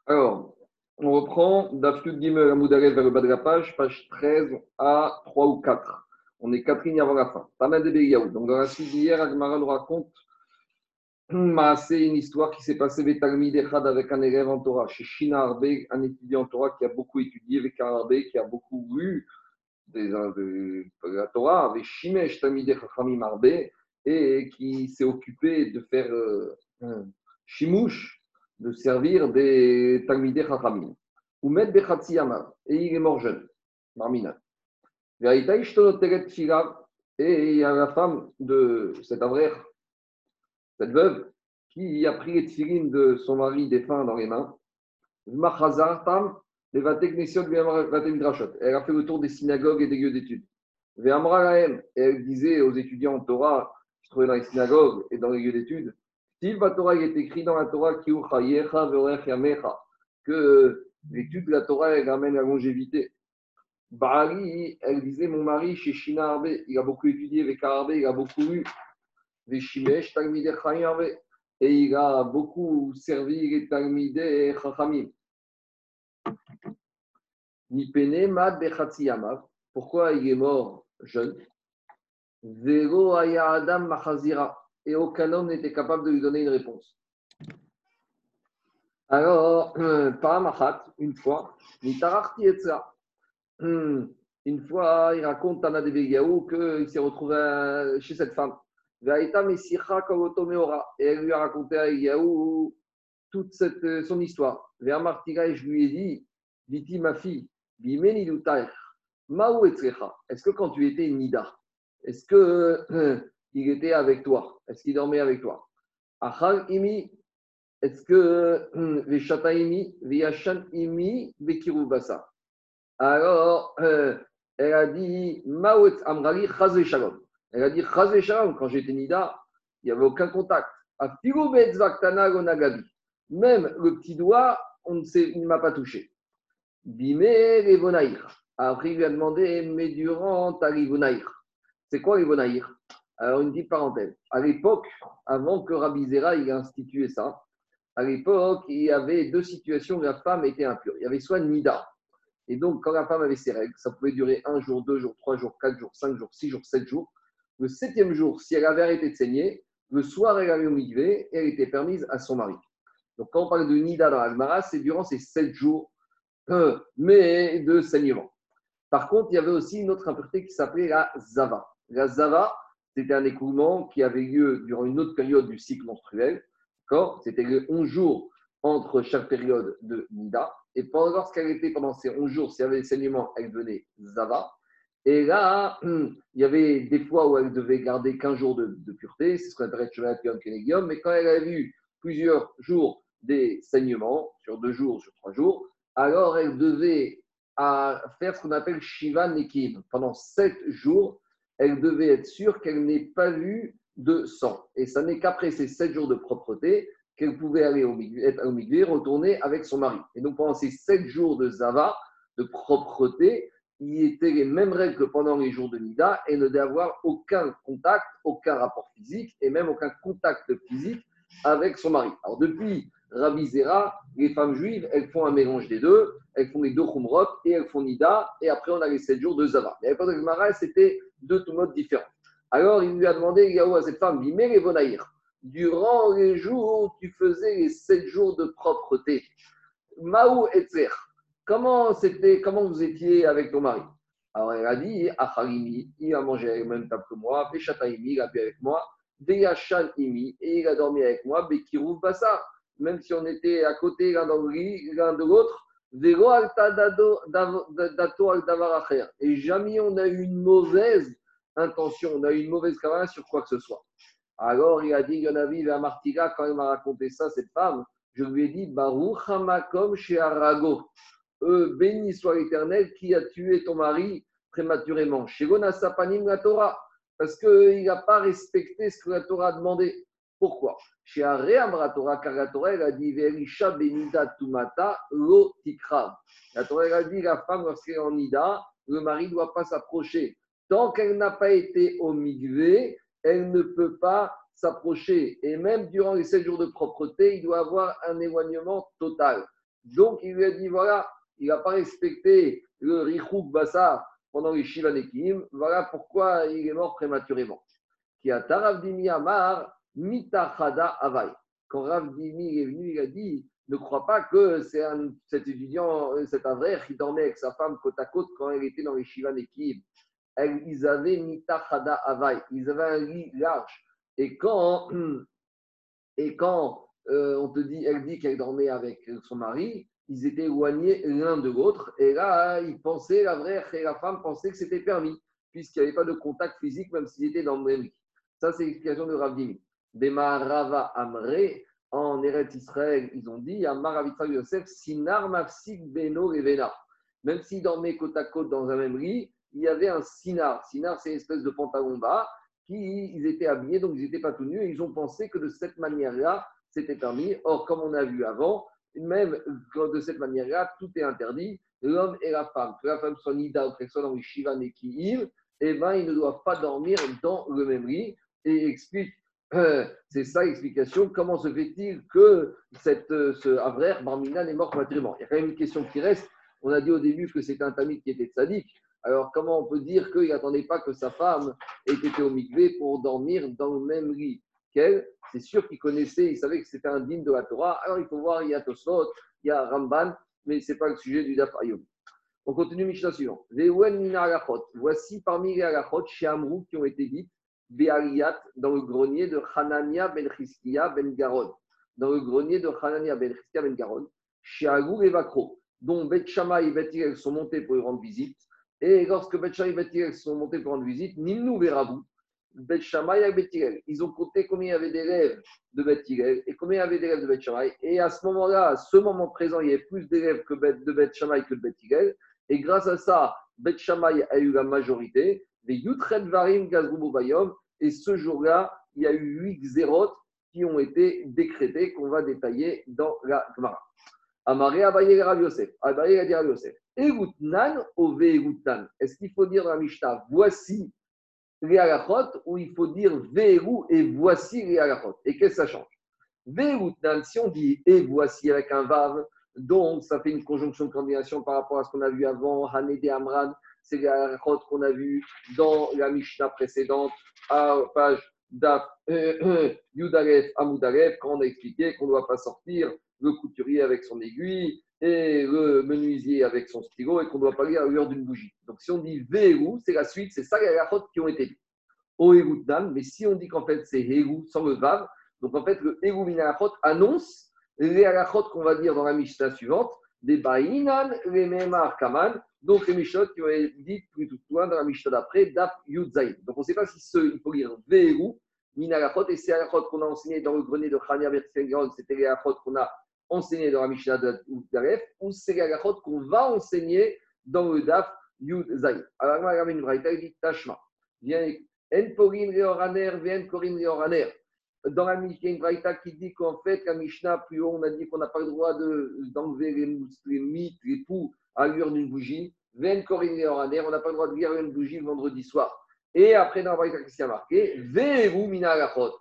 Alors, on reprend Daf Yud Gimel Amoud Aleph vers le bas de la page 13 à 3 ou 4. On est 4 lignes avant la fin. Tama de Beyaou. Donc, dans la suite d'hier, Agmara nous raconte c'est une histoire qui s'est passée avec Talmid Echad avec un élève en Torah, chez Shina Arbe, un étudiant en Torah qui a beaucoup étudié, avec un Arbe qui a beaucoup lu de la Torah, avec Shimesh Talmid Chachamim Arbe, et qui s'est occupé de faire Shimouche, de servir des Talmidei Chachamim. Ou mettre Bechatsi Yamav, et il est mort jeune, Marmina. Véritaï Ishtonoteret Filav, et il y a la femme de cet avraire, cette veuve, qui a pris les tefilines de son mari défunt dans les mains. V'machazartam, levatek nesiot v'vatem midrashot. Elle a fait le tour des synagogues et des lieux d'études. Ve'amra lahem, et elle disait aux étudiants en Torah, qui se trouvaient dans les synagogues et dans les lieux d'études, Tiv Torah, il est écrit dans la Torah, Kiu chayecha ve'orech yamecha, que l'étude de la Torah, elle amène la longévité. Baali, elle disait, mon mari, chez Shina Arbe, il a beaucoup étudié avec Arbe, il a beaucoup lu. Veshimesh, Talmidei Chachamim Arbe. Et il a beaucoup servi les Talmidei Chachamim. Nipene Mad Bechatsi Yamav. Pourquoi il est mort jeune? Vero Aya Adam Machazira. Et aucun homme n'était capable de lui donner une réponse. Alors, Pahamachat, une fois, Nitarachti Etzra. Une fois, il raconte Tana de Begaou qu'il s'est retrouvé chez cette femme. Vaïta Messicha Kawoto Meora. Et elle lui a raconté à Eliaou toute son histoire. Vers Martira, et je lui ai dit, Viti, ma fille, Bimeni Lutaich, Maou Etzrecha. Est-ce que quand tu étais Nida, est-ce que il était avec toi? Est-ce qu'il dormait avec toi? Achal Imi, est-ce que Veshata Imi, Veyashan Imi, Vekirubasa. Alors, elle a dit, Maouet Amrali Chazé Shalom. Elle a dit, Chazé Shalom, quand j'étais Nida, il n'y avait aucun contact. A Filobetzvaktana Gonagabi. Même le petit doigt, il ne m'a pas touché. Bimé Rivonaïr. Après, il lui a demandé, mais durant ta Rivonaïr. C'est quoi Rivonaïr? Alors, une petite parenthèse. À l'époque, avant que Rabbi Zera ait institué ça, à l'époque, il y avait deux situations où la femme était impure. Il y avait soit Nida. Et donc, quand la femme avait ses règles, ça pouvait durer un jour, 2 jours, 3 jours, 4 jours, 5 jours, 6 jours, 7 jours. Le septième jour, si elle avait arrêté de saigner, le soir, elle allait au mikvé et elle était permise à son mari. Donc, quand on parle de Nida dans l'Agmara, c'est durant ces 7 jours, mais de saignement. Par contre, il y avait aussi une autre impureté qui s'appelait la Zava. La Zava, c'était un écoulement qui avait lieu durant une autre période du cycle menstruel. C'était les 11 jours entre chaque période de Nida. Et lorsqu'elle était pendant ces 11 jours, s'il y avait des saignements, elle devenait Zava. Et là, il y avait des fois où elle devait garder 15 jours de pureté, c'est ce qu'on appelle Chevalat Yom Kenegium, mais quand elle a vu plusieurs jours des saignements, sur 2 jours, sur 3 jours, alors elle devait faire ce qu'on appelle Shiva Nekim. Pendant 7 jours, elle devait être sûre qu'elle n'ait pas vu de sang. Et ça n'est qu'après ces 7 jours de propreté qu'elle pouvait aller au mikvé, retourner avec son mari. Et donc pendant ces 7 jours de Zava, de propreté, il était les mêmes règles que pendant les jours de Nida et ne devait avoir aucun contact, aucun rapport physique et même aucun contact physique avec son mari. Alors depuis Rabbi Zera, les femmes juives, elles font un mélange des deux, elles font les deux khumrot et elles font Nida et après on a les 7 jours de Zava. Mais à l'époque de Gemara, c'était deux modes différents. Alors il lui a demandé, Yahou, à cette femme, Bimé les Vonaïr, durant les jours où tu faisais les 7 jours de propreté, Maou Etzer, comment vous étiez avec ton mari? Alors elle a dit, Acharimi, il a mangé à la même table que moi, Bechataimi, il a bu avec moi, Beyachan Imi, et il a dormi avec moi, Bekirou Bassa, même si on était à côté l'un dans le lit, l'un de l'autre, Vero Alta Dato Al Davar Acher. Et jamais on a eu une mauvaise intention, on a eu une mauvaise caméra sur quoi que ce soit. Alors il a dit, Yonavi Martiga, quand il m'a raconté ça, cette femme, je lui ai dit, Baruch Hamakom chez Arago. Béni soit l'Éternel qui a tué ton mari prématurément. Chez Sapanim la Torah. Parce qu'il n'a pas respecté ce que la Torah a demandé. Pourquoi? Chez Aréam la Torah, car la Torah, elle a dit, Verisha Benida Tumata Lo Tikrav. La Torah, elle a dit, la femme, lorsqu'elle est en Nida, le mari ne doit pas s'approcher. Tant qu'elle n'a pas été au Migvé, elle ne peut pas s'approcher. Et même durant les 7 jours de propreté, il doit avoir un éloignement total. Donc, il lui a dit, voilà, il n'a pas respecté le Richouk Bassar pendant les Shiva Nekim. Voilà pourquoi il est mort prématurément. Qui a Taravdimi Amar, Mitachada Avai. Quand Ravdimi est venu, il a dit, ne crois pas que c'est cet étudiant, cet avraire qui dormait avec sa femme côte à côte quand elle était dans les Shiva Nekim. Ils avaient Mitachada Avai. Ils avaient un lit large. Et quand on te dit, elle dit qu'elle dormait avec son mari, ils étaient éloignés l'un de l'autre. Et là, ils pensaient, la vraie et la femme pensaient que c'était permis, puisqu'il n'y avait pas de contact physique, même s'ils étaient dans le même lit. Ça, c'est l'explication de Rav Dimi. Bema Rava Amre, en Eretz Israël, ils ont dit, Amar Avitra Yosef, Sinar Mafsik Beno Revena. Même s'ils dormaient côte à côte dans un même lit, il y avait un sinar. Sinar, c'est une espèce de pantalon bas ils étaient habillés, donc ils n'étaient pas tout nus, et ils ont pensé que de cette manière-là, c'était permis. Or, comme on a vu avant, même de cette manière-là, tout est interdit. L'homme et la femme, que la femme soit nida ou qu'elle soit dans les shivan et ki'im, eh ben, ils ne doivent pas dormir dans le même lit. Et explique, c'est ça l'explication, comment se fait-il que ce Avrer Barminan est mort prématurément. Il y a quand même une question qui reste. On a dit au début que c'était un tamid qui était sadique. Alors, comment on peut dire qu'il n'attendait pas que sa femme ait été au mikvé pour dormir dans le même lit qu'elle? C'est sûr qu'il connaissait, il savait que c'était un digne de la Torah. Alors, il faut voir, il y a Tosfot, il y a Ramban, mais ce n'est pas le sujet du Daf Ayom. On continue Mishnah suivant. Vewen mina alachot. Voici parmi les alachot chez Amrou qui ont été dites Be'aliyat dans le grenier de Hanania ben Chizkiya ben Garon. Dans le grenier de Hanania ben Chizkiya ben Garon, chez Agou et Vakro, dont Bet Shammai et Bet Hillel sont montés pour y rendre visite. Et lorsque Bet Shammai et Bet Hillel sont montés pour rendre visite, Nimnou Verabou, Bet Shammai et Bet Hillel, ils ont compté combien il y avait d'élèves de Bet Hillel et combien il y avait d'élèves de Bet Shammai. Et à ce moment-là, à ce moment présent, il y avait plus d'élèves de Bet Shammai que de Bet Hillel. Et grâce à ça, Bet Shammai a eu la majorité. Les Yutred Varim Gazrubo Bayom. Et ce jour-là, il y a eu 8 xérotes qui ont été décrétés, qu'on va détailler dans la Gemara. Amaré Abaye Rav Yosef. Abaye a dit Rav Yosef. Egoutnan ove Egoutnan. Est-ce qu'il faut dire dans la Mishnah, voici les halachot, ou il faut dire Ve'erou et voici les halachot? Et qu'est-ce que ça change? Ve'egoutnan, si on dit et voici avec un vav, donc ça fait une conjonction de combination par rapport à ce qu'on a vu avant, Hanede Amran, c'est les halachot qu'on a vu dans la Mishnah précédente, à page Daf Yudalef Amoudalef, quand on a expliqué qu'on ne doit pas sortir le couturier avec son aiguille et le menuisier avec son stylo et qu'on ne doit pas lire à l'heure d'une bougie. Donc si on dit Ve'erou, c'est la suite, c'est ça les halachot qui ont été dites. O Egoutnan, mais si on dit qu'en fait c'est Herou sans le vav, donc en fait le Herou min halachot annonce les halachot qu'on va dire dans la Mishnah suivante, des Ba'inan, les Memar Kaman, donc les Mishnot qui ont été dites plus loin dans la Mishnah d'après, Daf Yudzaï. Donc on ne sait pas si il faut lire Ve'erou min halachot, et c'est halachot qu'on a enseigné dans le grenier de Chania Bertsengaron, c'était les halachot qu'on a enseigné dans la Mishnah de Yudalef, ou c'est les halachot qu'on va enseigner dans le Daf Yudzaï. Alors on va une braïta, il dit Tashma. Viens, En Porin Reoraner, Vien Korin Reoraner. Dans la Mishnah, il y a une braïta qui dit qu'en fait, la Mishnah, plus haut, on a dit qu'on n'a pas le droit d'enlever les mythes, les poux à l'heure d'une bougie. Vien Korin Reoraner, on n'a pas le droit de lire une bougie le vendredi soir. Et après, dans la braïta, qu'est-ce qu'il y a marqué? Ve'eru mina alachot.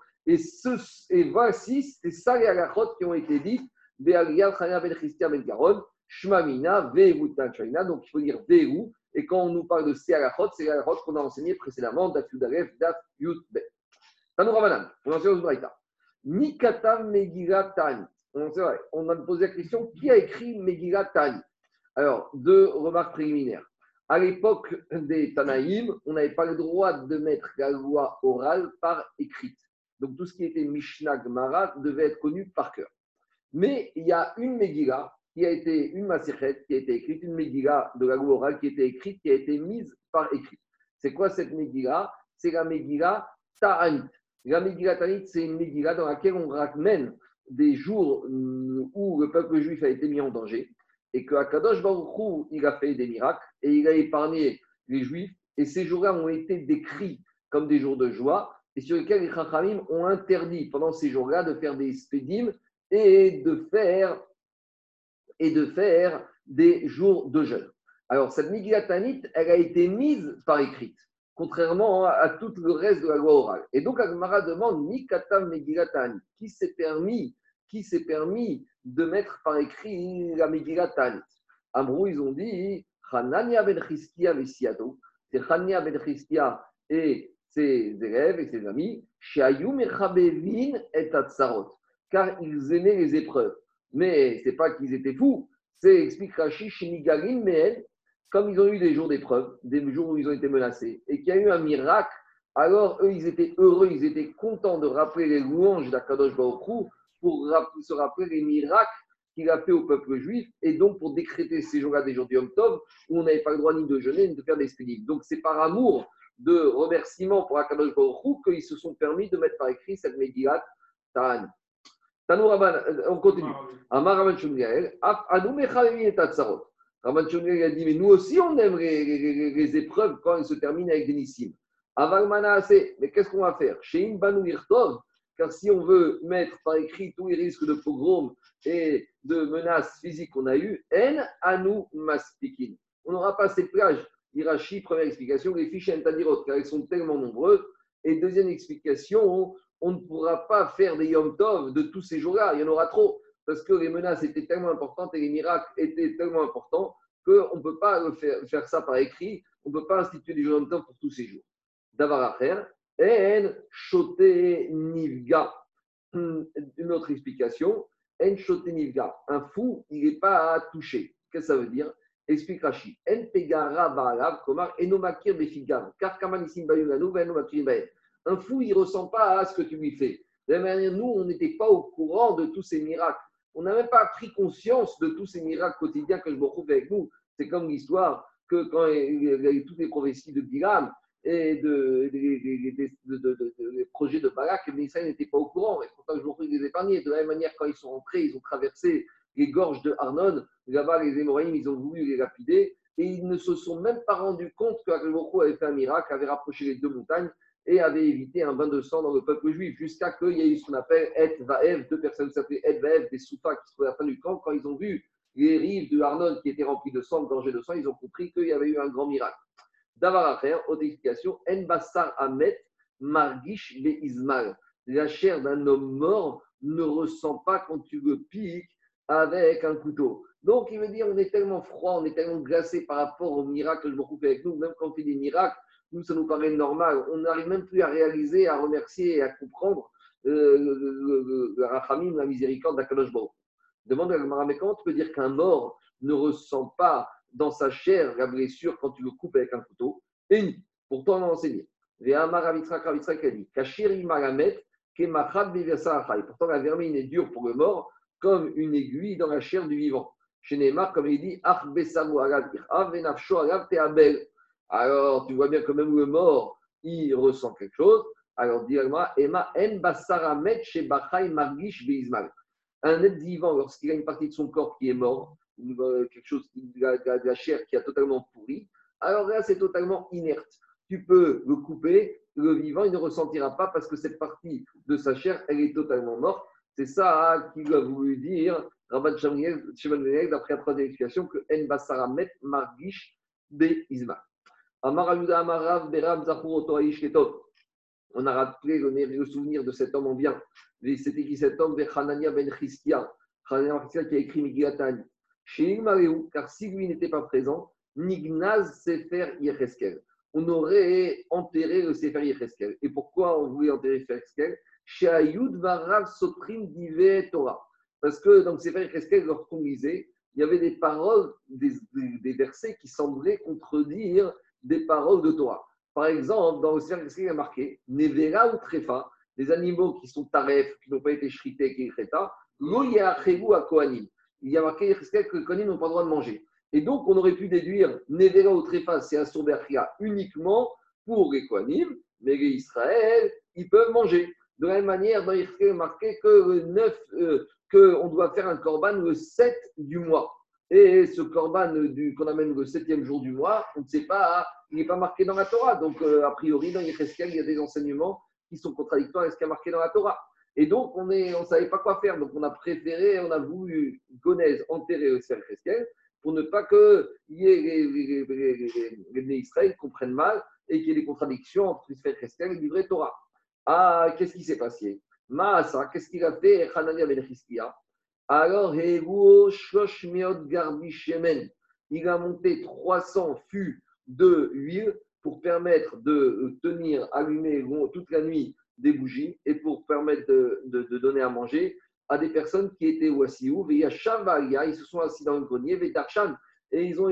Et voici, c'est ça les alachot qui ont été dites. Be'aliyat Chania ben Chizkiya ben Garon, Shmamina, Ve'eru Tanchaina. Donc il faut dire Ve'eru. Et quand on nous parle de ces halachot, c'est les halachot qu'on a enseigné précédemment, Daf Yudalef, Daf Yudbet. Tanou Ravanan, on enseigne aux Braïta. Mikata Megillah Tani. On a posé la question, qui a écrit Megillah Tani? Alors, deux remarques préliminaires. À l'époque des Tanaïm, on n'avait pas le droit de mettre la loi orale par écrite. Donc tout ce qui était Mishnah Gemara devait être connu par cœur. Mais il y a une Megillah qui a été une Masichet qui a été écrite, une Megillah de la loi orale qui a été écrite, qui a été mise par écrit. C'est quoi cette Megillah? C'est la Megillah Ta'anit. La Megillah Ta'anit, c'est une Megillah dans laquelle on ramène des jours où le peuple juif a été mis en danger et que Akadosh Baruch Hu, il a fait des miracles et il a épargné les juifs. Et ces jours-là ont été décrits comme des jours de joie et sur lesquels les Chachamim ont interdit pendant ces jours-là de faire des spédim et de faire des jours de jeûne. Alors, cette Megillah Ta'anit, elle a été mise par écrite, contrairement à tout le reste de la loi orale. Et donc, Agmara demande, Mikatam Megillah Ta'anit, qui s'est permis, qui s'est permis de mettre par écrit la Megillah Ta'anit. Amrou, ils ont dit Hanania ben Chizkia vesiato. C'est Hanania ben Chizkia et ses élèves et ses amis, Sheayu Mechabevin et Atzarot, car ils aimaient les épreuves. Mais ce n'est pas qu'ils étaient fous, c'est, explique Rashi, Shinigalim Mehen, comme ils ont eu des jours d'épreuve, des jours où ils ont été menacés, et qu'il y a eu un miracle, alors eux, ils étaient heureux, ils étaient contents de rappeler les louanges d'Akadosh Baruch Hu pour se rappeler les miracles qu'il a fait au peuple juif, et donc pour décréter ces jours-là des jours du Yom Tov, où on n'avait pas le droit ni de jeûner, ni de faire des spédiles. Donc c'est par amour de remerciement pour Akadosh Baruch Hu qu'ils se sont permis de mettre par écrit cette Megillat Ta'an. Tanou Rabban, on continue. Amar Rabban Shmuel, Anu Mechavim et Tatzarot. Rabban Shmuel a dit, mais nous aussi on aime les épreuves quand elles se terminent avec des nissim. Aval Manaase, mais qu'est-ce qu'on va faire? Shein Banu Irtov, car si on veut mettre par écrit tous les risques de pogrom et de menaces physiques qu'on a eues, En Anu Maspikin. On n'aura pas ces plages. Hirachi, première explication, les fiches Entadirot, car elles sont tellement nombreuses. Et deuxième explication, on ne pourra pas faire des Yom Tov de tous ces jours-là. Il y en aura trop, parce que les menaces étaient tellement importantes et les miracles étaient tellement importants qu'on ne peut pas faire ça par écrit. On ne peut pas instituer des Yom Tov pour tous ces jours. D'avoir à faire, En Shote Nivga. Une autre explication, En Shote Nivga. Un fou, il n'est pas à toucher. Qu'est-ce que ça veut dire? Explique Rashi. En Pegara Ba'alav, Komar, Enomakir Befigar. Car Kamanissim Bayunanu, Enomakir Baen. Un fou, il ne ressent pas à ce que tu lui fais. De la même manière, nous, on n'était pas au courant de tous ces miracles. On n'a même pas pris conscience de tous ces miracles quotidiens que je me retrouve avec nous. C'est comme l'histoire que quand il y a eu toutes les prophéties de Bilam et des projets de Balak, les Israël n'étaient pas au courant. Et pourtant, je me retrouve les épargner. De la même manière, quand ils sont rentrés, ils ont traversé les gorges de Arnon. Là-bas, les Émoraïm, ils ont voulu les lapider. Et ils ne se sont même pas rendus compte qu'Akriboko avait fait un miracle, avait rapproché les deux montagnes et avait évité un bain de sang dans le peuple juif, jusqu'à qu'il y ait eu ce qu'on appelle Et Vaev, deux personnes qui s'appelaient Et Vaev, des soufas qui se trouvaient à la fin du camp. Quand ils ont vu les rives de Arnon qui étaient remplies de sang, gorgées de sang, ils ont compris qu'il y avait eu un grand miracle. D'avoir à faire, autre explication, En Bassar Ahmet, Margish Be Ismaël. La chair d'un homme mort ne ressent pas quand tu le piques avec un couteau. Donc, il veut dire, on est tellement froid, on est tellement glacé par rapport aux miracles que je me retrouve avec nous, même quand on fait des miracles, nous, ça nous paraît normal. On n'arrive même plus à réaliser, à remercier et à comprendre le rachamim, la miséricorde d'Akadosh Baruch. Demande à Gemara, mais comment tu peux dire qu'un mort ne ressent pas dans sa chair la blessure quand tu le coupes avec un couteau? Et pourtant, on a enseigné. Pourtant, la vermine est dure pour le mort, comme une aiguille dans la chair du vivant. Chez Neymar, comme il dit, alors, tu vois bien que même le mort, il ressent quelque chose. Alors, dis-moi, Emma, En Basaramet chez Bachai Margish Beizmal. Un être vivant, lorsqu'il a une partie de son corps qui est mort, quelque chose de la chair qui a totalement pourri, alors là, c'est totalement inerte. Tu peux le couper, le vivant, il ne ressentira pas parce que cette partie de sa chair, elle est totalement morte. C'est ça qu'il a voulu dire Rabban Shimon d'après la troisième explication, que En Basaramet Margish Beizmal. On a rappelé le souvenir de cet homme en bien. C'était qui cet homme? Hanania ben Chizkia. Hanania ben Chizkia qui a écrit Megillat Ta'anit. Chez Ilmareu, car si lui n'était pas présent, Nignaz Sefer Yecheskel. On aurait enterré le Sefer Yecheskel. Et pourquoi on voulait enterrer Sefer Yecheskel? Chez Ayud Varav Sotrim Dive Torah. Parce que dans le Sefer Yecheskel, lorsqu'on lisait, il y avait des paroles, des versets qui semblaient contredire des paroles de Torah. Par exemple, dans le Sefer Yecheskel, il y a marqué Nevera ou Trefa, des animaux qui sont taref, qui n'ont pas été shrités, qui est Lo Yachevu à Kohanim. Il y a marqué que les Kohanim n'ont pas le droit de manger. Et donc, on aurait pu déduire Nevera ou Trefa, c'est un sourberia uniquement pour les Kohanim, mais les Israël, ils peuvent manger. De la même manière, dans Yecheskel, il est marqué que le 9, qu'on doit faire un korban le 7 du mois. Et ce korban qu'on amène le 7e jour du mois, on ne sait pas, il n'est pas marqué dans la Torah. Donc, a priori, dans Yecheskel, il y a des enseignements qui sont contradictoires avec ce qui est marqué dans la Torah. Et donc, on ne savait pas quoi faire. Donc, on a préféré, on a voulu Gonèse enterrer le Sefer Yecheskel pour ne pas que les Israël comprennent mal et qu'il y ait des contradictions entre le Sefer Yecheskel et le livret Torah. Ah, qu'est-ce qui s'est passé? Maasa, qu'est-ce qu'il a fait Hanania ben Chizkiya. Alors, Heruo Shoshmeot Garbi Shemen, il a monté 300 fûts de huile pour permettre de tenir allumé toute la nuit des bougies et pour permettre de donner à manger à des personnes qui étaient au Asiou. Ils se sont assis dans le grenier, Vedarshan, et ils ont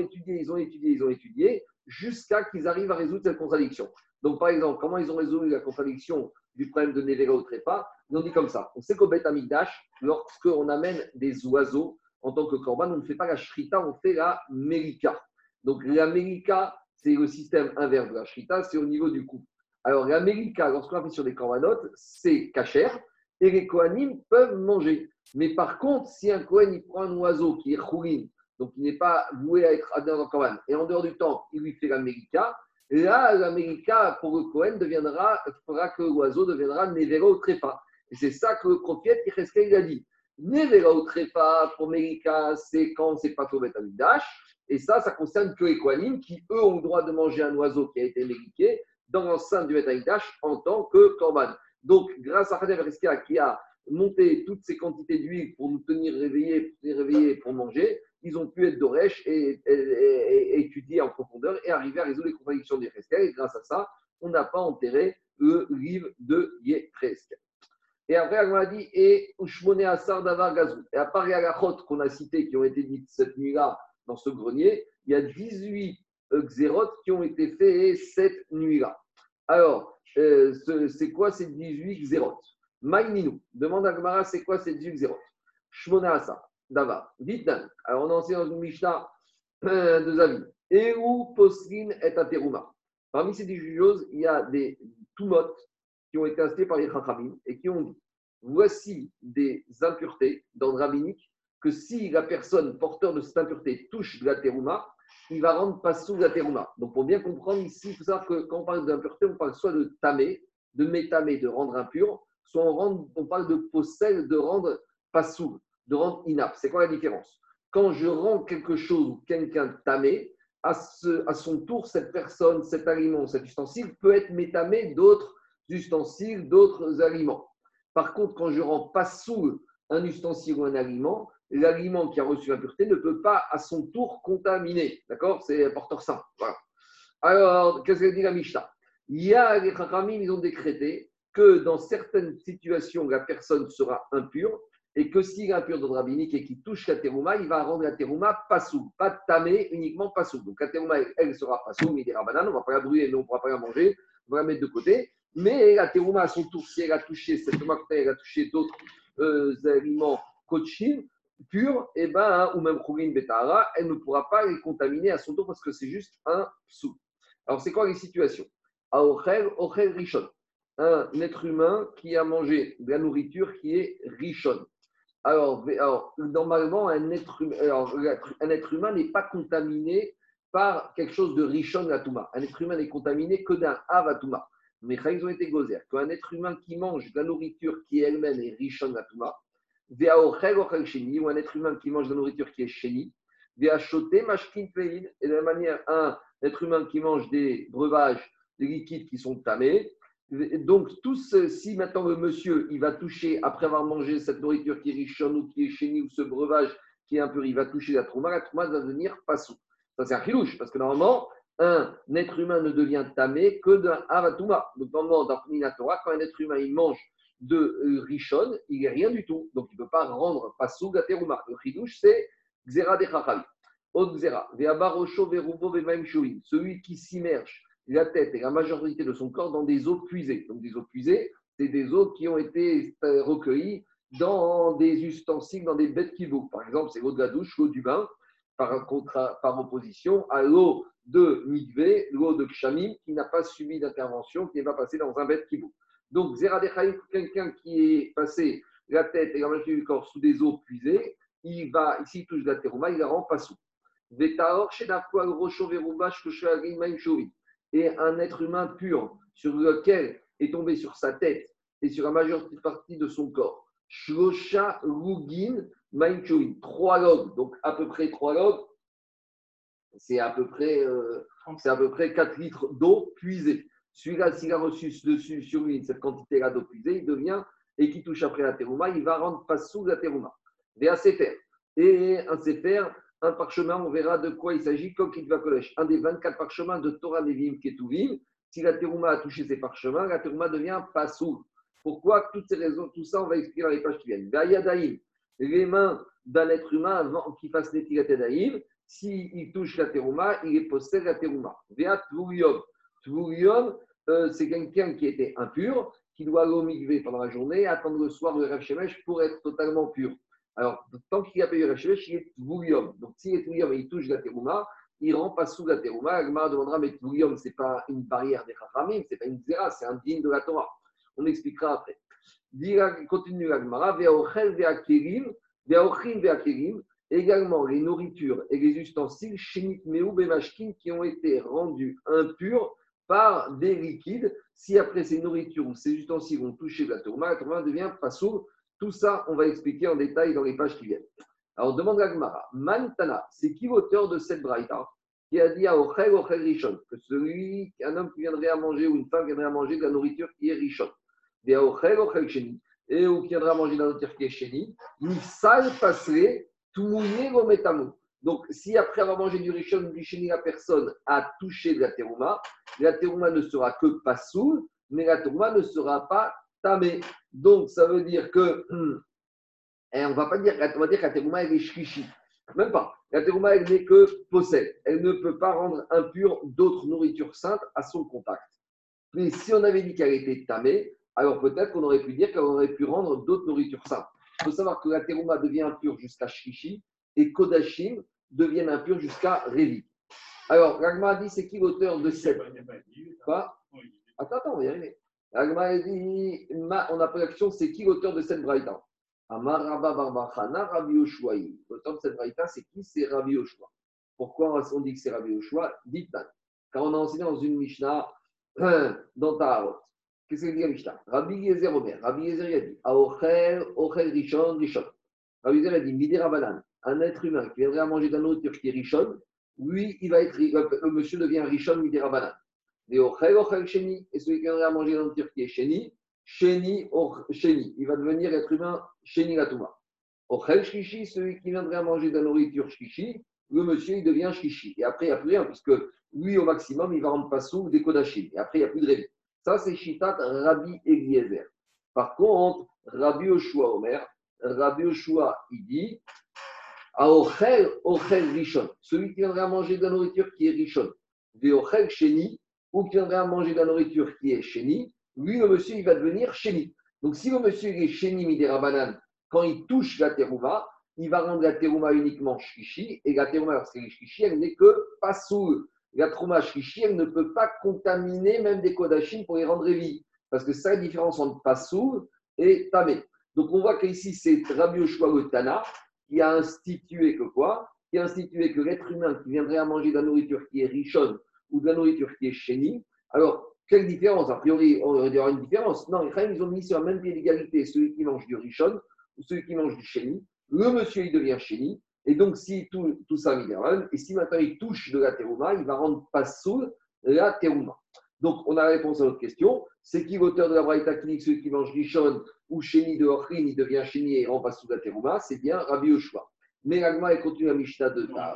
étudié jusqu'à qu'ils arrivent à résoudre cette contradiction. Donc, par exemple, comment ils ont résolu la contradiction du problème de Nevera au trépas? Ils ont dit comme ça. On sait qu'au Beth Amikdash, lorsqu'on amène des oiseaux en tant que korban, on ne fait pas la shrita, on fait la melika. Donc, la melika, c'est le système inverse de la shrita, c'est au niveau du cou. Alors, la melika, lorsqu'on la fait sur des korbanot, c'est kasher et les kohanim peuvent manger. Mais par contre, si un kohen il prend un oiseau qui est choulin, donc il n'est pas voué à être adhérent dans le korban, et en dehors du temps, il lui fait la melika, là, la melika pour le kohen fera que l'oiseau deviendra nevera au trépas. Et c'est ça que le prophète il a dit. Nevera au trépas pour melika, c'est quand c'est pas au Beth Amikdash. Et ça concerne que les kohanim qui, eux, ont le droit de manger un oiseau qui a été meliké dans l'enceinte du Beth Amikdash en tant que korban. Donc, grâce à Khadev Riskia qui a monté toutes ces quantités d'huile pour nous tenir réveillés pour manger, ils ont pu être d'Oresh et étudier en profondeur et arriver à résoudre les contradictions des Riskia. Et grâce à ça, on n'a pas enterré le livre de Yetresk. Et après, on a dit, et Ushmone Asar Davar Gazou. Et à part les halachot qu'on a cités, qui ont été dites cette nuit-là dans ce grenier, il y a 18 xérotes qui ont été faits cette nuit-là. Alors, c'est quoi ces 18 xérotes? Maïninou, demande à Gemara, c'est quoi ces 18 xérotes? Shmone Asar Davar. Vitnan. Alors, on a enseigné dans une Mishnah de Zavi. Eru Posrin et Ateruma. Parmi ces 18 choses, il y a des Tumot qui ont été installés par les Chachamim et qui ont dit voici des impuretés d'ordre rabbinique que si la personne porteur de cette impureté touche de la terouma, il va rendre pas sous la terouma. Donc pour bien comprendre ici, il faut savoir que quand on parle d'impureté, on parle soit de tamé, de métamé, de rendre impur, soit on parle de possède, de rendre pas sous, de rendre inapte. C'est quoi la différence? Quand je rends quelque chose ou quelqu'un tamé, à son tour, cette personne, cet aliment, cet ustensile peut être métamé d'autres ustensiles, d'autres aliments. Par contre, quand je rends pas sous un ustensile ou un aliment, l'aliment qui a reçu l'impureté ne peut pas à son tour contaminer. D'accord? C'est un porteur sain. Voilà. Alors, qu'est-ce que dit la Mishnah? Il y a les Chachamim, ils ont décrété que dans certaines situations, la personne sera impure et que s'il est impur dans le rabbinique et qu'il touche la terouma, il va rendre la terouma passou, pas tamé, uniquement passou. Donc la terouma, elle sera passou, mais des rabanan, on ne va pas la brûler, mais on ne pourra pas la manger, on va la mettre de côté. Mais la terouma, à son tour, si elle a touché cette terouma, elle a touché d'autres aliments kochim, purs, et ou même choulin betara, elle ne pourra pas les contaminer à son tour parce que c'est juste un psou. Alors, c'est quoi les situations? Ochel rishon. Un être humain qui a mangé de la nourriture qui est rishon. Alors normalement, un être humain n'est pas contaminé par quelque chose de rishon latuma. Un être humain n'est contaminé que d'un avatuma. Mais ils ont été gozer qu'un être humain qui mange de la nourriture qui elle-même est rishon latuma, ou un être humain qui mange de la nourriture qui est chéni, et de la même manière, un être humain qui mange des breuvages, des liquides qui sont tamés. Donc, si maintenant le monsieur, il va toucher, après avoir mangé cette nourriture qui est richonne ou qui est chénie ou ce breuvage qui est impur, il va toucher la trouma va devenir passou. Ça, c'est un chilouche, parce que normalement, un être humain ne devient tamé que d'un avatouma. Donc, normalement, dans la Torah, quand un être humain, il mange de richonne, il n'est rien du tout. Donc, il ne peut pas rendre passou la terouma. Le chilouche, c'est xéra de chachal. Autre xéra. Celui qui s'immerge la tête et la majorité de son corps dans des eaux puisées. Donc des eaux puisées, c'est des eaux qui ont été recueillies dans des ustensiles, dans des bêtes kibou. Par exemple, c'est l'eau de la douche, l'eau du bain, par opposition à l'eau de mikvé, l'eau de kshamim, qui n'a pas subi d'intervention, qui n'est pas passée dans un bête kibou. Donc, Zéradéchaïm, quelqu'un qui est passé la tête et la majorité du corps sous des eaux puisées, s'il touche de la terouma, il la rend pas sous. Et un être humain pur sur lequel est tombé sur sa tête et sur la majeure partie de son corps. Shlosha Lugin Mainchoin. 3 logs, donc à peu près 3 logs, c'est à peu près 4 litres d'eau puisée. Celui-là, s'il a reçu dessus sur lui cette quantité-là d'eau puisée, il devient et qui touche après la terouma, il va rendre pas sous la terouma. Véa Sefer. Et un Sefer, un parchemin, on verra de quoi il s'agit, comme il va collège. Un des 24 parchemins de Torah Nevim Ketuvim. Si la terouma a touché ces parchemins, la terouma devient pas sous. Pourquoi? Toutes ces raisons, tout ça, on va expliquer dans les pages qui viennent. Véa les mains d'un être humain avant qu'il fasse Netilat Yadayim, s'il touche la terouma, il est possède la terouma. Véa Tvurium. Tvurium, c'est quelqu'un qui était impur, qui doit aller au mikvé pendant la journée, attendre le soir le Rav Shemesh pour être totalement pur. Alors, tant qu'il a payé le Rav Shemesh, il est Tvurium. Donc, s'il est Tvurium et il touche la terouma, il ne rend pas sous la terouma. Agmara demandera, mais Tvurium, ce n'est pas une barrière des Chachamim, ce n'est pas une zera, c'est un digne de la Torah. On expliquera après. Continue l'Agmara, Ve'ochel ve'akerim, ve'ochim ve'akerim, également les nourritures et les ustensiles, shenit me'u bemashkin, qui ont été rendus impurs par des liquides. Si après ces nourritures ou ces ustensiles ont touché la tourma devient pas sourd. Tout ça, on va expliquer en détail dans les pages qui viennent. Alors, demande l'Agmara, Mantana, c'est qui l'auteur de cette braïta qui a dit à Ochel Rishon, que un homme qui viendrait à manger ou une femme viendrait à manger de la nourriture qui est Rishon. Et ou qui viendra manger dans notre qui est chéni, Nifsal passerait tout mouillé au métamou. Donc, si après avoir mangé du rishon ou du chéni, la personne a touché de la terouma ne sera que pas soul, mais la terouma ne sera pas tamée. Donc, ça veut dire que, et on va dire que la terouma elle est shkishi. Même pas. La terouma elle n'est que possède. Elle ne peut pas rendre impure d'autres nourritures saintes à son contact. Mais si on avait dit qu'elle était tamée, alors peut-être qu'on aurait pu dire qu'elle aurait pu rendre d'autres nourritures saintes. Il faut savoir que la terouma devient impure jusqu'à Shkishi et Kodashim deviennent impurs jusqu'à Révi. Alors, l'Agma a dit, c'est qui l'auteur de cette... Quoi? Attends, on va y arriver. L'Agma a dit, on a pris l'action, c'est qui l'auteur de cette braïta? Amar Rabba Barbachana, Rabbi Yoshua. L'auteur de cette braïta, c'est qui? C'est Rabbi Yoshua. Pourquoi on dit que c'est Rabbi Yoshua? Dites-nous. Car on a enseigné dans une Mishnah, dans Taharot. Qu'est-ce que dit la Mishnah? Rabbi Yezer Omer. Rabbi Yezer a dit Ochel Rishon Rishon. Rabbi Yezer a dit Midi Rabanan. Un être humain qui viendrait à manger de la nourriture qui est Rishon, lui, il va être, le monsieur devient Rishon Midi Rabanan. Et Ochel Sheni. Et celui qui viendrait à manger de la nourriture qui est Sheni, Sheni. Il va devenir être humain Sheni Latuma. Ochel Shkishi, celui qui viendrait à manger de la nourriture Shkishi, le monsieur, il devient Shkishi. Et après, il n'y a plus rien, puisque lui, au maximum, il va rendre pas sous des Kodachim. Et après, il n'y a plus de réveil. Ça, c'est Shitat Rabbi Eliezer. Par contre, Rabbi Yoshua Omer, Rabbi Yoshua, il dit Aochel Rishon, celui qui viendrait à manger de la nourriture qui est Rishon, Veochel Sheni, ou qui viendrait à manger de la nourriture qui est Sheni, lui, le monsieur, il va devenir Sheni. Donc, si le monsieur il est Sheni Midera Banan, quand il touche la terouma, il va rendre la terouma uniquement Shkishi, et la terouma, lorsqu'elle est Shkishi, elle n'est que pas sous. La trouma shkishi, elle ne peut pas contaminer même des kodachim pour les rendre vie. Parce que c'est ça la différence entre pasour et tamé. Donc on voit qu'ici, c'est Rabbi Yoshua le Tana qui a institué que quoi? Qui a institué que l'être humain qui viendrait à manger de la nourriture qui est richonne ou de la nourriture qui est chéni. Alors, quelle différence? A priori, on aurait dû avoir une différence. Non, ils ont mis sur la même pied d'égalité celui qui mange du richonne ou celui qui mange du chéni. Le monsieur, il devient chéni. Et donc, si tout ça minéral, et si maintenant il touche de la terouma, il va rendre pas soul la terouma. Donc, on a la réponse à notre question. C'est qui l'auteur de la braïta qui dit que celui qui mange Rishon ou Chéni de Ochrin, il devient Chéni et rend pas sous la terouma? C'est bien Rabbi Yoshua. Mais l'Agma, elle continue la Mishnah de Tar.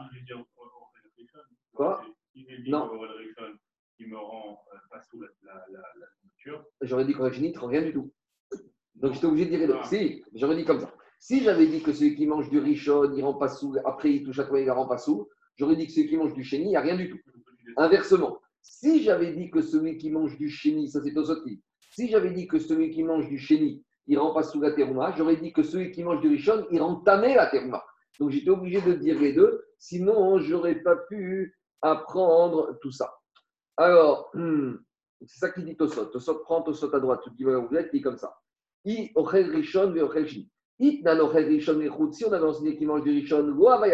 Quoi? Non. Qui me rend pas sous la nourriture. J'aurais dit qu'en Chéni, il ne rend rien du tout. Donc, j'étais obligé de dire les deux. Si, j'aurais dit comme ça. Si j'avais dit que celui qui mange du rishon, il ne rend pas sous, après il touche à toi, il ne rend pas sous, j'aurais dit que celui qui mange du chéni, il n'y a rien du tout. Inversement, si j'avais dit que celui qui mange du chéni, ça c'est Tosoti, si j'avais dit que celui qui mange du chéni, il ne rend pas sous la terouma, j'aurais dit que celui qui mange du rishon, il rend tamé la terouma. Donc j'étais obligé de dire les deux, sinon je n'aurais pas pu apprendre tout ça. Alors, c'est ça qui dit Tosot. Tosot prend Tosot à droite, tout qui va vous être, il dit comme ça. I ochel rishon ve ochel sheni. Si on avait enseigné qu'il mange du rishon,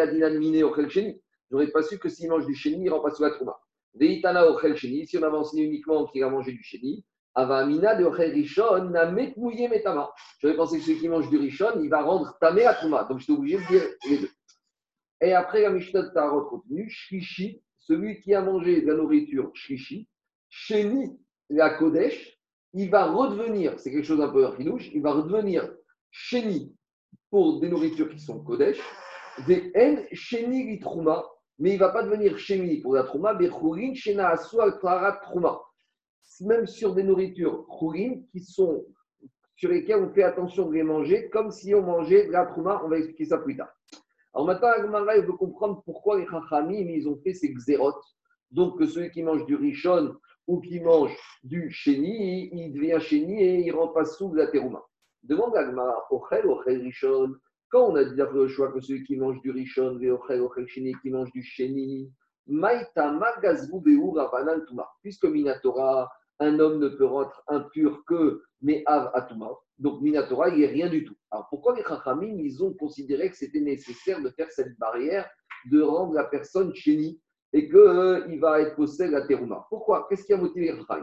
j'aurais pas su que s'il mange du chéni, il ne rend pas sous la trouma. Veitana ochel sheni, si on avait enseigné uniquement qu'il a mangé du chéni, avamina de ochel rishon, na met mouillé metama. J'aurais pensé que celui qui mange du rishon, il va rendre tamé la trouma. Donc j'étais obligé de dire les deux. Et après, la Mishnah de Tarot continue, shkishi, celui qui a mangé de la nourriture shkishi, chéni, la kodesh, il va redevenir, c'est quelque chose un peu ridouche, il va redevenir chéni pour des nourritures qui sont kodesh, des en chéni li trouma, mais il ne va pas devenir chéni pour la trouma, mais chourin shena asu al klarat trouma. Même sur des nourritures chourin qui sont sur lesquelles on fait attention de les manger, comme si on mangeait de la trouma, on va expliquer ça plus tard. Alors maintenant, Agmara, il veut comprendre pourquoi les Chachamim, ils ont fait ces xérotes. Donc, que celui qui mange du Rishon ou qui mange du Chéni, il devient Chéni et il ne rend pas sous de la terouma. Demande Agmara, Ochel Rishon. Quand on a dit le choix que celui qui mange du Rishon, Ochel Chéni, qui mange du Chéni, Maïtama Gazbou Beur Rabanan Touma. Puisque Minatora, un homme ne peut rendre impur que Me'av Atuma. Donc, Minatora, il n'est rien du tout. Alors, pourquoi les Chachamim, ils ont considéré que c'était nécessaire de faire cette barrière, de rendre la personne chénie et qu'il va être possédé la terouma? Pourquoi? Qu'est-ce qui a motivé les Chachamim?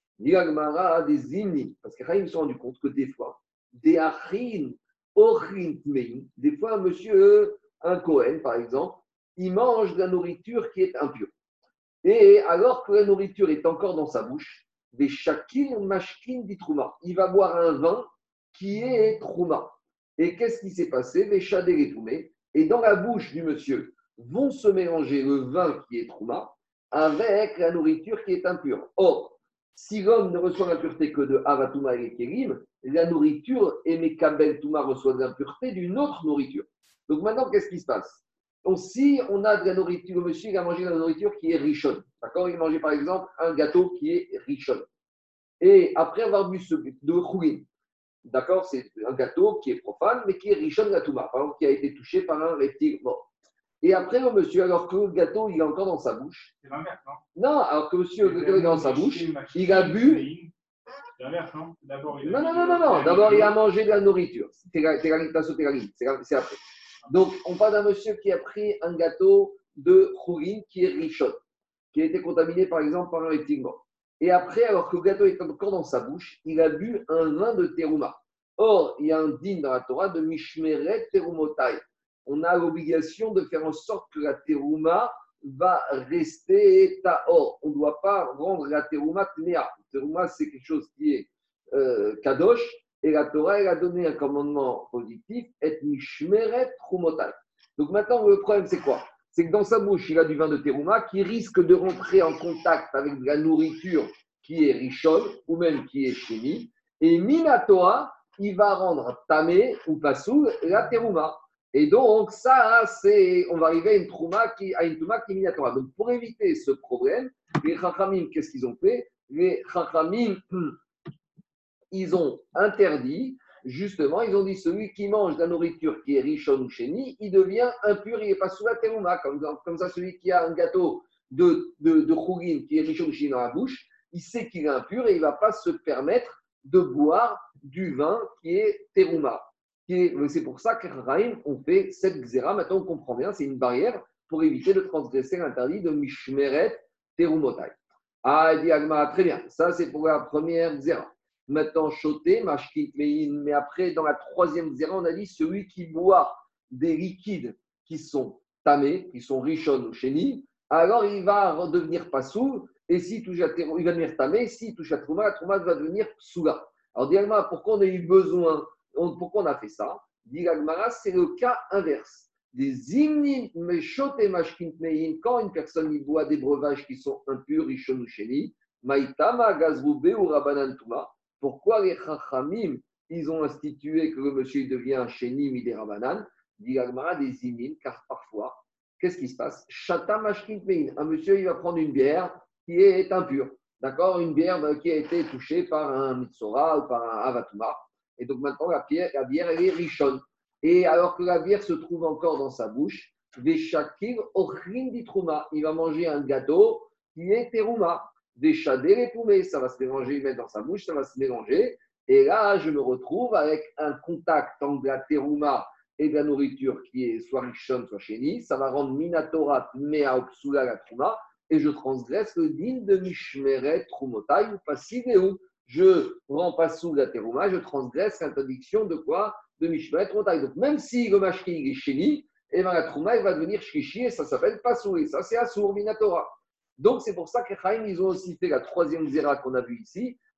L'Igmara des hymnes, parce que les Chachamim se sont rendus compte que des fois, des achin, ochin tmein, des fois, un monsieur, un Cohen, par exemple, il mange de la nourriture qui est impure. Et alors que la nourriture est encore dans sa bouche, des shakil mashkin dit trouma. Il va boire un vin qui est trouma. Et qu'est-ce qui s'est passé? Les chadé les toumés. Et dans la bouche du monsieur vont se mélanger le vin qui est trouma avec la nourriture qui est impure. Or, si l'homme ne reçoit l'impureté que de Avatouma et Kérim, la nourriture et Mekabel Touma reçoit de l'impureté d'une autre nourriture. Donc maintenant, qu'est-ce qui se passe? Donc, si on a de la nourriture, le monsieur il a mangé de la nourriture qui est richonne, d'accord? Il a mangé par exemple un gâteau qui est richonne. Et après avoir bu ce de chouin, d'accord? C'est un gâteau qui est profane, mais qui est richonne la touma, par exemple, qui a été touché par un reptile mort. Et après, le monsieur, alors que le gâteau il est encore dans sa bouche. C'est l'inverse, non? Non, alors que monsieur, le gâteau est dans sa bouche, il a bu. C'est l'inverse, non? D'abord, il a non. D'abord, il a mangé de la nourriture. C'est après. Donc, on parle d'un monsieur qui a pris un gâteau de chourine qui est richot, qui a été contaminé par exemple par un reptile mort. Et après, alors que le gâteau est encore dans sa bouche, il a bu un vin de terouma. Or, il y a un din dans la Torah de mishmeret terumotai. On a l'obligation de faire en sorte que la terouma va rester taor. On ne doit pas rendre la terouma tnea. Terouma, c'est quelque chose qui est kadosh. Et la Torah, elle a donné un commandement positif, et mishmeret trumotai. Donc maintenant, le problème, c'est quoi? C'est que dans sa bouche, il a du vin de terouma qui risque de rentrer en contact avec de la nourriture qui est richonne ou même qui est chénie. Et minatora, il va rendre tamé ou pasoul la terouma. Et donc, ça, on va arriver à une touma qui est minatora. Donc, pour éviter ce problème, les chachamim, qu'est-ce qu'ils ont fait? Les chachamim, ils ont interdit, justement, ils ont dit celui qui mange de la nourriture qui est richonne ou chénie, il devient impur, il n'est pas sous la terouma. Comme ça, celui qui a un gâteau de chourine qui est richonne ou chénie dans la bouche, il sait qu'il est impur et il ne va pas se permettre de boire du vin qui est terouma. C'est pour ça que Rahim ont fait cette xéra. Maintenant, on comprend bien, c'est une barrière pour éviter de transgresser l'interdit de Mishmeret Terumotai. Ah, dit Agma, très bien. Ça, c'est pour la première xéra. Maintenant, choté, mashkit, mais après, dans la troisième xéra, on a dit celui qui boit des liquides qui sont tamés, qui sont richonnes ou chénis, alors il va devenir pasoul, et s'il touche à terreau, il va devenir tamé, s'il touche à trouma, la trouma va devenir soula. Alors, dit Agma, pourquoi on a eu besoin, pourquoi on a fait ça? Dit Agma, c'est le cas inverse. Des imnim, choté, mashkit, quand une personne il boit des breuvages qui sont impurs, richonnes ou chénis, maïtama, gazroube ou rabanan touma. Pourquoi les Chachamim, ils ont institué que le monsieur devient chéni midé rabanan? Dit Agmara des imim, car parfois, qu'est-ce qui se passe? Shata mashkin mein. Un monsieur, il va prendre une bière qui est impure. D'accord? Une bière qui a été touchée par un mitsora ou par un avatuma. Et donc maintenant, la bière, elle est richonne. Et alors que la bière se trouve encore dans sa bouche, Veshakir ochrin ditrouma. Il va manger un gâteau qui est terouma. Des chadés les poumets, ça va se mélanger, il met dans sa bouche, ça va se mélanger. Et là, je me retrouve avec un contact entre la terouma et de la nourriture qui est soit richonne, soit chénie. Ça va rendre minatora mea opsula la trouma. Et je transgresse le din de mishmeret trumotai ou pasideu. Je rends pas sous la terouma, je transgresse l'interdiction de quoi? De mishmeret trumotai. Donc même si le mashki est chéni, et ben la trouma, elle va devenir shkishi et ça s'appelle pasou. Et ça, c'est assour minatora. Donc, c'est pour ça que Chaim, ils ont aussi fait la troisième zéra qu'on a vue ici,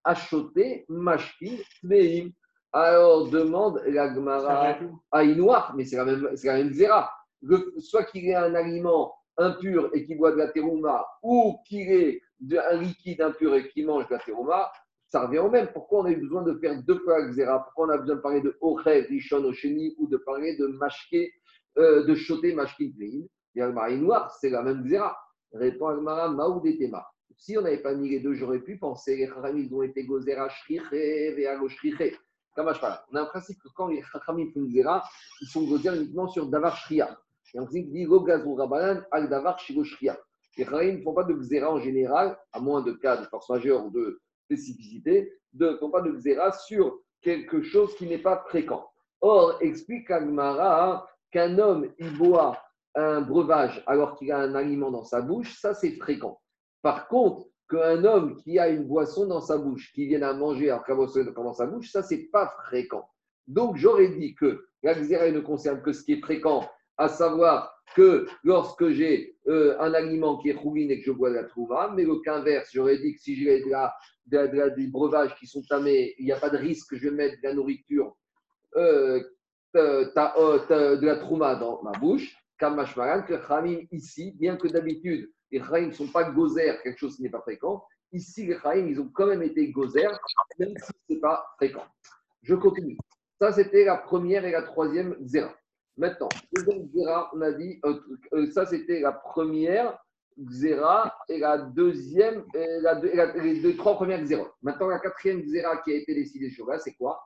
achoté, mashkin, tveim. Alors demande la Gemara à Inouar, mais c'est la même zéra. Soit qu'il ait un aliment impur et qu'il boit de la terouma, ou qu'il ait un liquide impur et qu'il mange de la terouma, ça revient au même. Pourquoi on a eu besoin de faire deux fois la zéra? Pourquoi on a besoin de parler de Ochel, Rishon, Osheni, ou de parler de mashké, de choté, mashkin, tveim? Et Agmara Inouar, c'est la même zéra. Répond Agmara, Maoud et Tema. Si on n'avait pas mis les deux, j'aurais pu penser les Chachamim, ils ont été gozer à shriché, et à shriché. On a un principe que quand les Chachamim font une zéra, ils sont gozer uniquement sur davar shriya. Et on dit go gazou rabanan al davar shiro shriya. Les Chachamim ne font pas de zéra en général, à moins de cas de force majeure ou de spécificité, ne font pas de zéra sur quelque chose qui n'est pas fréquent. Or, explique Agmara qu'un homme, il boit un breuvage alors qu'il a un aliment dans sa bouche, ça c'est fréquent. Par contre, qu'un homme qui a une boisson dans sa bouche, qui vienne à manger alors qu'il a boisson dans sa bouche, ça c'est pas fréquent. Donc j'aurais dit que la xéra ne concerne que ce qui est fréquent, à savoir que lorsque j'ai un aliment qui est rouline et que je bois de la trouva, mais le cas inverse, j'aurais dit que si j'ai des breuvages qui sont tamés, il n'y a pas de risque que je vais mettre de la nourriture de la trouma dans ma bouche. Kamashmaran, que Khamim ici, bien que d'habitude, les Khamim ne sont pas gozer, quelque chose qui n'est pas fréquent, ici, les Khamim, ils ont quand même été gozer, même si ce n'est pas fréquent. Je continue. Ça, c'était la première et la troisième zéra. Maintenant, deuxième zéra, on a dit, ça, c'était la première zéra et la deuxième, les trois premières zéros. Maintenant, la quatrième zéra qui a été décidée sur là, c'est quoi?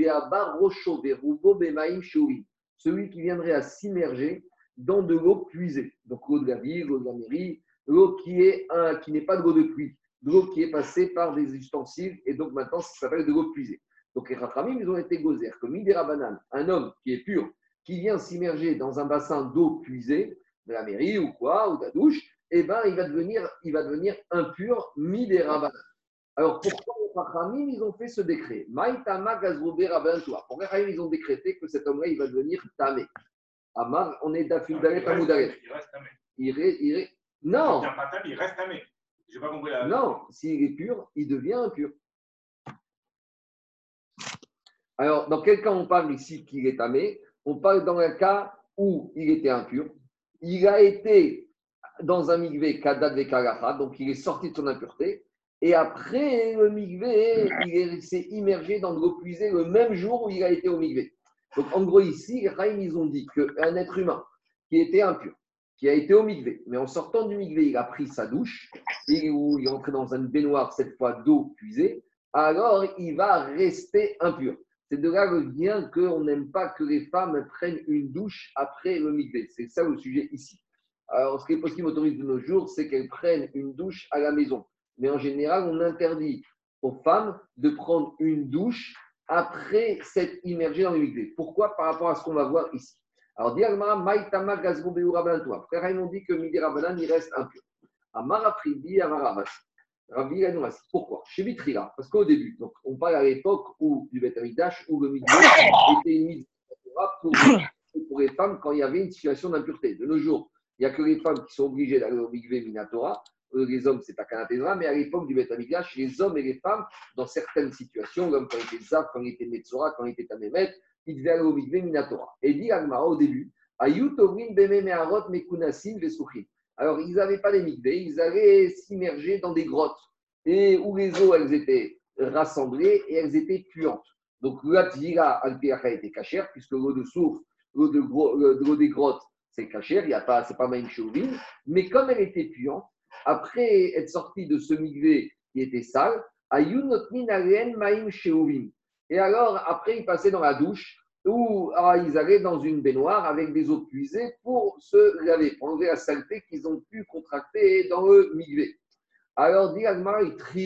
Celui qui viendrait à s'immerger dans de l'eau puisée. Donc l'eau de la ville, l'eau de la mairie, l'eau qui n'est pas de l'eau de pluie, de l'eau qui est passée par des ustensiles et donc maintenant ça s'appelle de l'eau puisée. Donc les Rachamim, ils ont été gozer, comme Midera Banane, un homme qui est pur, qui vient s'immerger dans un bassin d'eau puisée, de la mairie ou quoi, ou de la douche, eh ben, il va devenir impur Midera Banane. Alors, pourquoi les Chachamim, ils ont fait ce décret? Maïtama gazrobe rabantoua. Pourquoi les Chachamim, ils ont décrété que cet homme-là, il va devenir tamé? Amar, on est d'Afildaret à Moudaret. Il reste tamé. Non. Il ne devient pas tamé, il reste tamé. Je n'ai pas compris la. Non, s'il est pur, il devient impur. Alors, dans quel cas on parle ici qu'il est tamé? On parle dans un cas où il était impur. Il a été dans un migvé kadat vekalacha, donc il est sorti de son impureté. Et après, le migvé, il s'est immergé dans de l'eau puisée le même jour où il a été au migvé. Donc, en gros, ici, les Chaim, ils ont dit qu'un être humain qui était impur, qui a été au migvé, mais en sortant du migvé, il a pris sa douche, et où il est entré dans une baignoire, cette fois d'eau puisée, alors il va rester impur. C'est de là le lien qu'on n'aime pas que les femmes prennent une douche après le migvé. C'est ça le sujet ici. Alors, ce qui est possible autorise de nos jours, c'est qu'elles prennent une douche à la maison. Mais en général, on interdit aux femmes de prendre une douche après s'être immergées dans le migvé. Pourquoi? Par rapport à ce qu'on va voir ici. Alors, Diagmara, Maïtama, Gazro, Béou, Rabantoua. Frère, ils ont dit que Midi Rabanan, il reste impur. Amara Fridi, Amara Abbas. Rabbi Anou. Pourquoi? Chez Vitrila, parce qu'au début, donc on parle à l'époque où du Beth Amikdash, où le migvé était une mise pour les femmes quand il y avait une situation d'impureté. De nos jours, il n'y a que les femmes qui sont obligées d'aller au migvé Minatora. Les hommes, ce n'est pas qu'un intégral, mais à l'époque du Beth Amikdash, les hommes et les femmes, dans certaines situations, l'homme quand il était Zav, quand il était Metzora, quand il était Tamémet, il devait aller au migvé Minatora. Et dit Agmara au début, Ayut Ovrin Beme Meharot Mekunasim Vesuchim. Alors, ils n'avaient pas les migvés, ils allaient s'immerger dans des grottes et où les eaux, elles étaient rassemblées et elles étaient puantes. Donc, la Tvira Al-Piacha était cachère, puisque l'eau de source, l'eau des grottes, c'est cachère, c'est pas Maïm Chauvin. Mais comme elle était puante, après être sortie de ce migvé qui était sale, Ayun Notnin Alen Maïm Chauvin. Et alors, après, ils passaient dans la douche où ils allaient dans une baignoire avec des eaux puisées pour se laver, pour enlever la saleté qu'ils ont pu contracter dans le migvé. Alors, dit Agmara,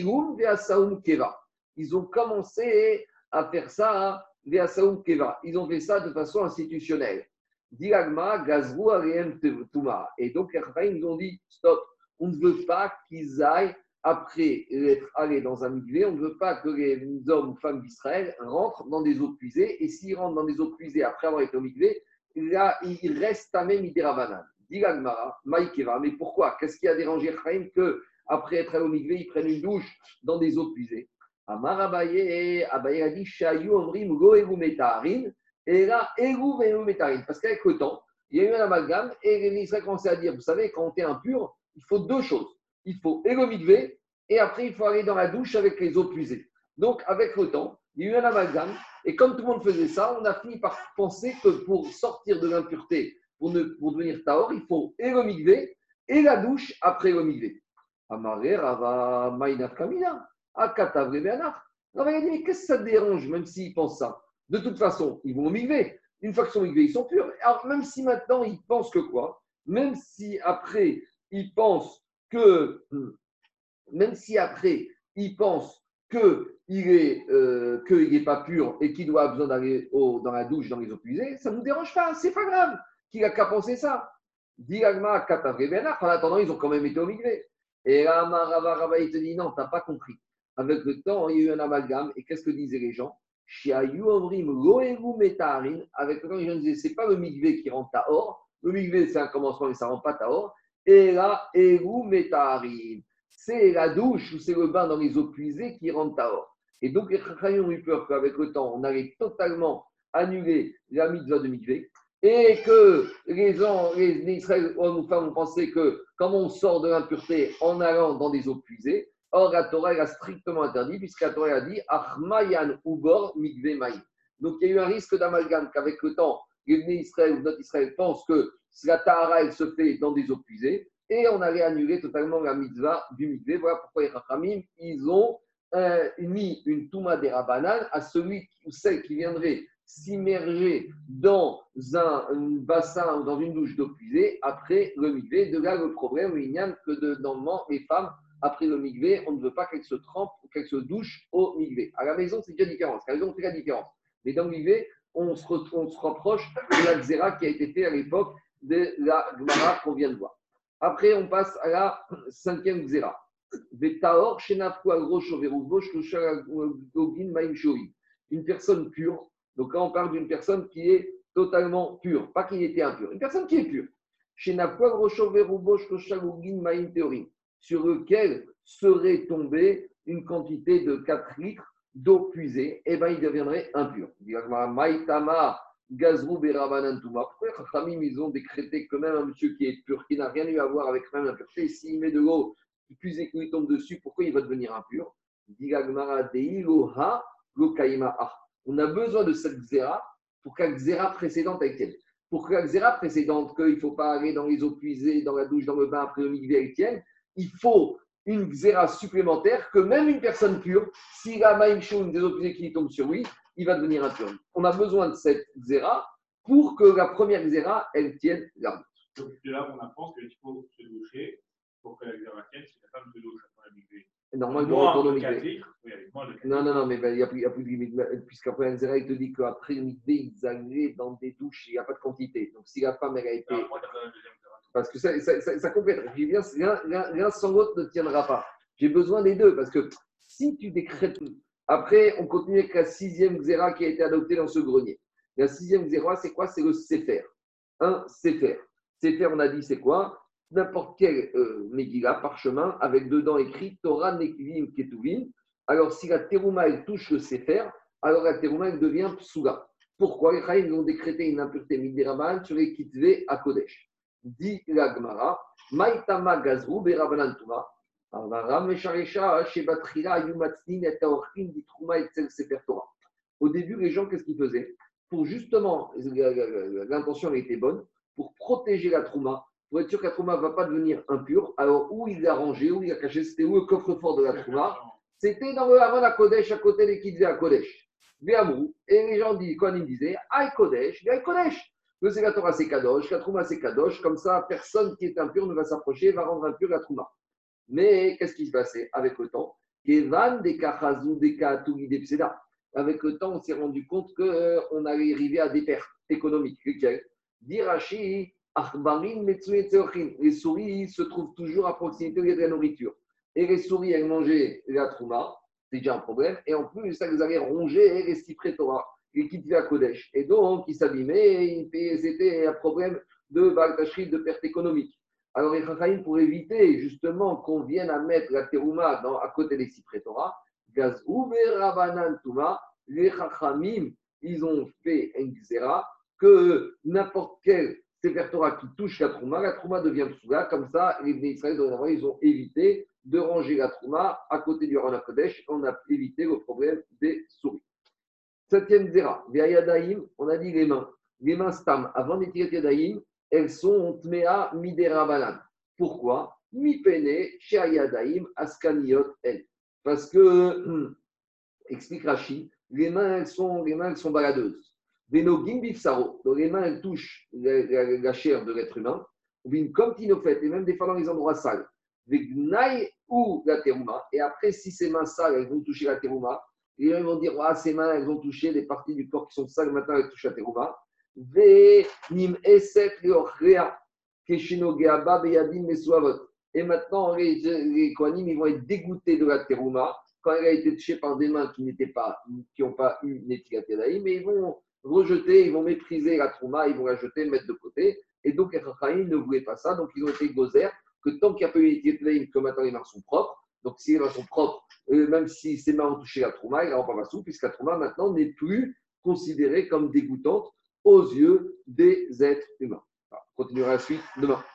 ils ont commencé à faire ça, ils ont fait ça de façon institutionnelle. Dit Agmara, Gazrou Ariem Touma. Et donc, ils ont dit, stop, on ne veut pas qu'ils aillent après être allés dans un migvé, on ne veut pas que les hommes ou femmes d'Israël rentrent dans des eaux puisées. Et s'ils rentrent dans des eaux puisées après avoir été au migvé, là, ils restent à même Midirabanan. Dit l'Agmara, Maïkeva, mais pourquoi? Qu'est-ce qui a dérangé Chaim que après être allé au migvé, ils prennent une douche dans des eaux puisées? Amar Abaye, Abaye a dit Shayu Omrim Go Egu Metaharin, et là, Egu Venu Metaharin. Parce qu'avec le temps, il y a eu un amalgame et les Israéliens commençaient à dire vous savez, quand on est impur, il faut deux choses. Il faut le mikvé et après, il faut aller dans la douche avec les eaux puisées. Donc, avec le temps, il y a eu un amalgame et comme tout le monde faisait ça, on a fini par penser que pour sortir de l'impureté, pour devenir tahor, il faut le mikvé et la douche après le mikvé. Amaré, Rava, Maïnaf Kamina. Akatav Rebeanach. Non, mais il a dit, mais qu'est-ce que ça te dérange, même s'ils pensent ça? De toute façon, ils vont au migvé. Une fois qu'ils sont migvés, ils sont purs. Alors, même si maintenant, ils pensent que quoi? Même si après, ils pensent que. Même si après, ils pensent qu'il n'est pas pur et qu'il doit avoir besoin d'aller dans la douche, dans les eaux puisées, ça ne nous dérange pas. C'est pas grave qu'il n'a qu'à penser ça. Diagma, Katav Rebeanach. En attendant, ils ont quand même été au migvé. Et là, Rava, il te dit non, tu n'as pas compris. Avec le temps, il y a eu un amalgame. Et qu'est-ce que disaient les gens? Avec le temps, les gens disaient c'est pas le migvé qui rend tahor. Le migvé, c'est un commencement, mais ça ne rend pas tahor. Et là, Eru Metaharim. C'est la douche ou c'est le bain dans les eaux puisées qui rend tahor. Et donc, les Chachamim ont eu peur qu'avec le temps, on allait totalement annuler la mitzvah de migvé. Et que les Israéliens, hommes ou femmes, ont pensé que comme on sort de l'impureté en allant dans des eaux puisées, or la Torah elle a strictement interdit, puisque la Torah a dit Achmayan Ubor Mikve Maï. Donc il y a eu un risque d'amalgame qu'avec le temps, les Israël ou notre Israël pensent que la Tahara elle se fait dans des eaux puisées, et on allait annuler totalement la mitzvah du Mikve. Voilà pourquoi les Chachamim, ils ont mis une Touma des Rabbanan à celui ou celle qui viendrait s'immerger dans un bassin ou dans une douche d'eau puisée après le mikvé. De là, le problème, il n'y a que normalement, les femmes, après le mikvé, on ne veut pas qu'elles se trempent ou qu'elles se douchent au mikvé. À la maison, c'est déjà différent. À la maison, on fait la différence. Mais dans le mikvé, on se rapproche de la xéra qui a été faite à l'époque de la Gemara qu'on vient de voir. Après, on passe à la cinquième xéra. Une personne pure. Donc là, on parle d'une personne qui est totalement pure, pas qui était impure. Une personne qui est pure. Sur lequel serait tombée une quantité de 4 litres d'eau puisée, et bien il deviendrait impur. Maïtama, Gazrou, Berabanantuma. Pourquoi les Chachamim, ils ont décrété que même un monsieur qui est pur, qui n'a rien eu à voir avec même l'impureté, s'il met de l'eau puisée qui lui tombe dessus, pourquoi il va devenir impur? On a besoin de cette xéra pour que la xéra précédente elle tienne. Pour que la xéra précédente, qu'il ne faut pas aller dans les eaux puisées, dans la douche, dans le bain, après le mikvé, elle tienne, il faut une xéra supplémentaire que même une personne pure, s'il a maïmchoum des eaux puisées qui tombent sur lui, il va devenir impur. On a besoin de cette xéra pour que la première xéra, elle tienne la route. Donc là, on apprend qu'il faut se doucher pour que la xéra tienne si la femme se douche après la mikvé. Normalement, moins de 4 litres. Oui, avec moins de 4 litres. Non, mais il n'y a plus de limite. Puisqu'après, un zéra, il te dit qu'après le mikvé, ils allaient dans des douches, il n'y a pas de quantité. Donc, si la femme, elle a été. Alors, moi, tu as quand même deuxième xéra. Parce que ça complète. Je dis bien, l'un sans l'autre ne tiendra pas. J'ai besoin des deux. Parce que si tu décrètes. Après, on continue avec la sixième xéra qui a été adoptée dans ce grenier. La sixième xéra, c'est quoi? C'est le Sefer. Un Sefer. Sefer, on a dit, c'est quoi? N'importe quel Megillah, parchemin, avec dedans écrit Torah, Nekvim, Ketuvim. Alors, si la terouma, elle touche le Sefer, alors la terouma, elle devient psoula. Pourquoi? Les Chaïm ont décrété une impureté midiraman sur les kitvé à Kodesh. Dit la Gemara, Maïtama Gazrou, Berabanan Touma, au début, les gens, qu'est-ce qu'ils faisaient? Pour justement, l'intention était bonne, pour protéger la trouma, pour être sûr que la trouma ne va pas devenir impure, alors où il l'a rangé, où il l'a caché, c'était où le coffre-fort de la trouma? C'était dans le Havan à Kodesh, à côté des Kitvei à Kodesh. Et les gens disent, quand ils disaient, Aïe Kodesh, Aïe Kodesh. Le Ségatora c'est Kadosh, la trouma c'est Kadosh, comme ça, personne qui est impur ne va s'approcher, va rendre impure la trouma. Mais qu'est-ce qui se passait avec le temps? Avec le temps, on s'est rendu compte qu'on allait arriver à des pertes économiques. Lesquelles? Dirachi, les souris se trouvent toujours à proximité de la nourriture. Et les souris, elles mangeaient la trouma, c'est déjà un problème. Et en plus, ça les allait ronger les Sifrei Torah, les Kitvei à Kodesh. Et donc, ils s'abîmaient, c'était un problème de baltachri, de perte économique. Alors, les Chachamim, pour éviter justement qu'on vienne à mettre la terouma à côté des Sifrei Torah, Gazou, Rabanan Touma, les Chachamim, ils ont fait un xéra que n'importe quel Sefer Torah qui touche la Trouma devient Psoula. Comme ça, les Bnei Israël, ils ont évité de ranger la Trouma à côté du Rana Kodesh. On a évité le problème des souris. Septième zéra, Yadaïm, on a dit les mains. Les mains stam, avant d'être Yadaïm, elles sont Tmea Midera Balan. Pourquoi Mi pene, chez Yadaïm, Askaniot El. Parce que, explique Rashi, les mains, elles sont baladeuses. Venogim bifsaro, donc les mains, elles touchent la chair de l'être humain. Comme Tinofet, et même des fois dans les endroits sales. Vegnaï ou la terouma. Et après, si ces mains sales, elles vont toucher la terouma, les gens vont dire, ah, ces mains, elles ont touché des parties du corps qui sont sales, maintenant elles touchent la terouma. Venim eset leochrea, keshino geaba beyadim mesuavot. Et maintenant, les Kohanim, ils vont être dégoûtés de la terouma quand elle a été touchée par des mains qui n'ont pas eu Netilat Yadayim, mais ils vont rejeter, ils vont mépriser la trouma, ils vont la jeter, mettre de côté. Et donc, les Chachamim ne voulaient pas ça, donc ils ont été gozer que tant qu'il n'y a pas eu Netilat Yadayim, que maintenant les mains sont propres, donc si les mains sont propres, même si ces mains ont touché la trouma, il ne rend pas massou, puisque la trouma maintenant n'est plus considérée comme dégoûtante aux yeux des êtres humains. On continuera la suite demain.